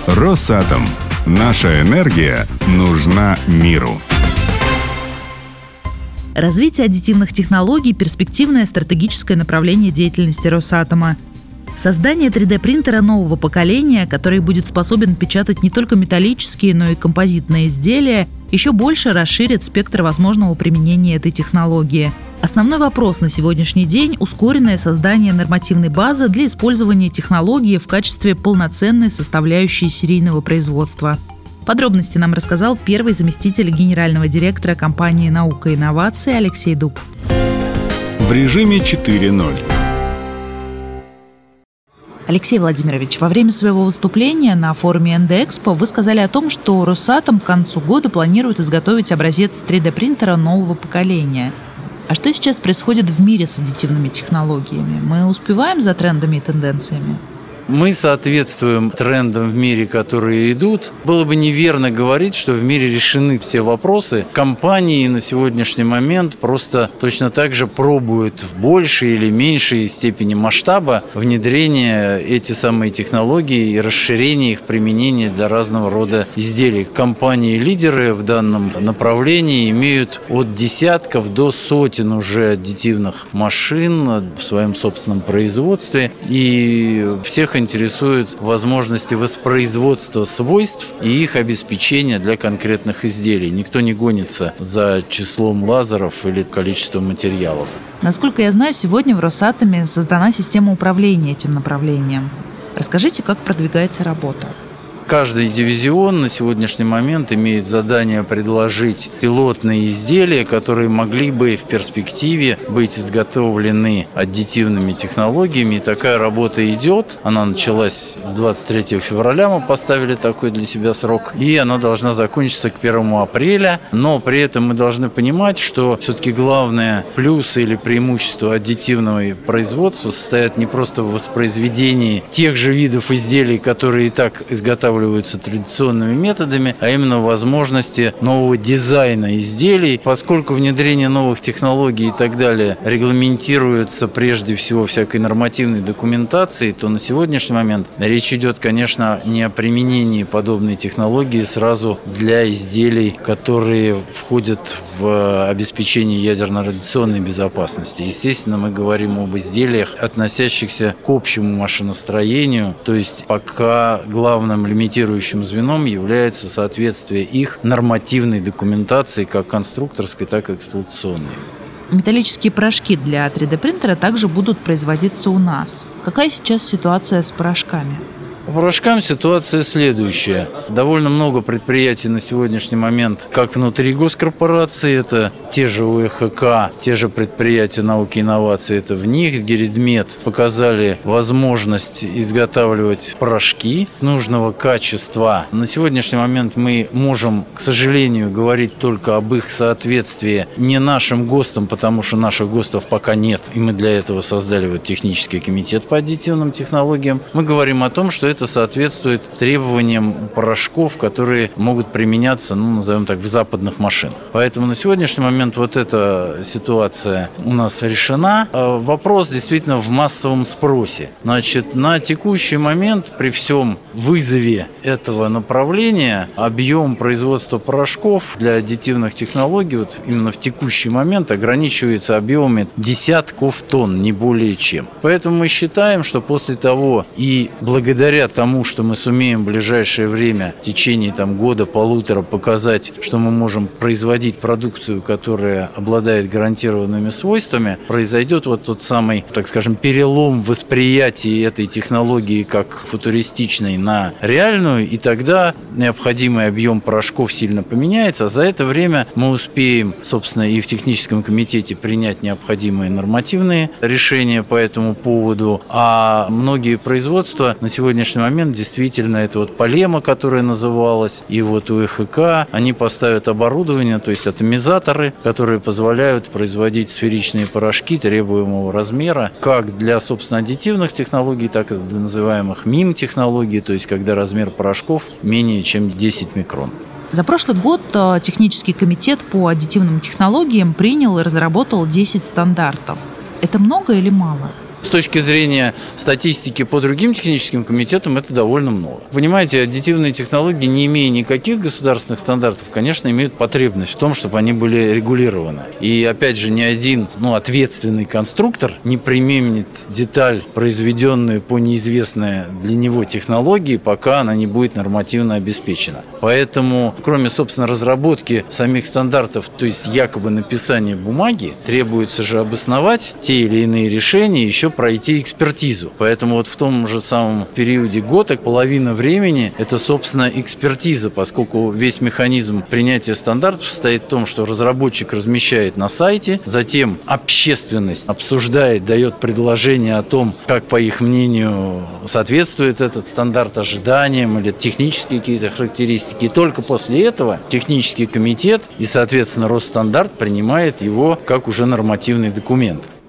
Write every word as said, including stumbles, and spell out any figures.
Росатом. Наша энергия нужна миру. Развитие аддитивных технологий – перспективное стратегическое направление деятельности Росатома. Создание три дэ-принтера нового поколения, который будет способен печатать не только металлические, но и композитные изделия, еще больше расширит спектр возможного применения этой технологии. Основной вопрос на сегодняшний день – ускоренное создание нормативной базы для использования технологии в качестве полноценной составляющей серийного производства. Подробности нам рассказал первый заместитель генерального директора компании «Наука и инновации» Алексей Дуб. В режиме четыре ноль. Алексей Владимирович, во время своего выступления на форуме эн дэ-Экспо вы сказали о том, что Росатом к концу года планирует изготовить образец три дэ-принтера нового поколения. А что сейчас происходит в мире с аддитивными технологиями? Мы успеваем за трендами и тенденциями? Мы соответствуем трендам в мире, которые идут. Было бы неверно говорить, что в мире решены все вопросы. Компании на сегодняшний момент просто точно так же пробуют в большей или меньшей степени масштаба внедрения эти самые технологии и расширения их применения для разного рода изделий. Компании-лидеры в данном направлении имеют от десятков до сотен уже аддитивных машин в своем собственном производстве. И всех интересуют возможности воспроизводства свойств и их обеспечения для конкретных изделий. Никто не гонится за числом лазеров или количеством материалов. Насколько я знаю, сегодня в Росатоме создана система управления этим направлением. Расскажите, как продвигается работа? Каждый дивизион на сегодняшний момент имеет задание предложить пилотные изделия, которые могли бы в перспективе быть изготовлены аддитивными технологиями. И такая работа идет. Она началась с двадцать третьего февраля, мы поставили такой для себя срок, и она должна закончиться к первому апреля. Но при этом мы должны понимать, что все-таки главное плюсы или преимущество аддитивного производства состоят не просто в воспроизведении тех же видов изделий, которые и так изготавливаются традиционными методами, а именно возможности нового дизайна изделий. Поскольку внедрение новых технологий и так далее регламентируется прежде всего всякой нормативной документацией, то на сегодняшний момент речь идет, конечно, не о применении подобной технологии сразу для изделий, которые входят в обеспечение ядерно-радиационной безопасности. Естественно, мы говорим об изделиях, относящихся к общему машиностроению, то есть пока главным лимитирующим звеном является соответствие их нормативной документации, как конструкторской, так и эксплуатационной. Металлические порошки для три дэ-принтера также будут производиться у нас. Какая сейчас ситуация с порошками? По порошкам ситуация следующая. Довольно много предприятий на сегодняшний момент, как внутри госкорпорации, это те же о э ха ка, те же предприятия науки и инноваций, это в них, Геридмет, показали возможность изготавливать порошки нужного качества. На сегодняшний момент мы можем, к сожалению, говорить только об их соответствии не нашим ГОСТам, потому что наших ГОСТов пока нет, и мы для этого создали вот технический комитет по аддитивным технологиям. Мы говорим о том, что это соответствует требованиям порошков, которые могут применяться, ну, назовем так, в западных машинах. Поэтому на сегодняшний момент вот эта ситуация у нас решена. Вопрос действительно в массовом спросе. Значит, на текущий момент при всем вызове этого направления объем производства порошков для аддитивных технологий вот именно в текущий момент ограничивается объемами десятков тонн, не более чем. Поэтому мы считаем, что после того и благодаря тому, что мы сумеем в ближайшее время, в течение там, года-полутора показать, что мы можем производить продукцию, которая обладает гарантированными свойствами, произойдет вот тот самый, так скажем, перелом в восприятии этой технологии как футуристичной на реальную, и тогда необходимый объем порошков сильно поменяется, а за это время мы успеем, собственно, и в техническом комитете принять необходимые нормативные решения по этому поводу, а многие производства на сегодняшний момент действительно это вот Полема, которая называлась, и вот о э ха ка, они поставят оборудование, то есть атомизаторы, которые позволяют производить сферичные порошки требуемого размера, как для, собственно, аддитивных технологий, так и для называемых мим-технологий, то есть когда размер порошков менее чем десять микрон. За прошлый год технический комитет по аддитивным технологиям принял и разработал десять стандартов. Это много или мало? С точки зрения статистики по другим техническим комитетам это довольно много. Понимаете, аддитивные технологии, не имея никаких государственных стандартов, конечно, имеют потребность в том, чтобы они были регулированы. И опять же, ни один ну, ответственный конструктор не применит деталь, произведенную по неизвестной для него технологии, пока она не будет нормативно обеспечена. Поэтому, кроме, собственно, разработки самих стандартов, то есть якобы написания бумаги, требуется же обосновать те или иные решения, еще пройти экспертизу. Поэтому вот в том же самом периоде года половина времени – это, собственно, экспертиза, поскольку весь механизм принятия стандартов состоит в том, что разработчик размещает на сайте, затем общественность обсуждает, дает предложение о том, как, по их мнению, соответствует этот стандарт ожиданиям или технические какие-то характеристики. И только после этого технический комитет и, соответственно, Росстандарт принимает его как уже нормативный документ.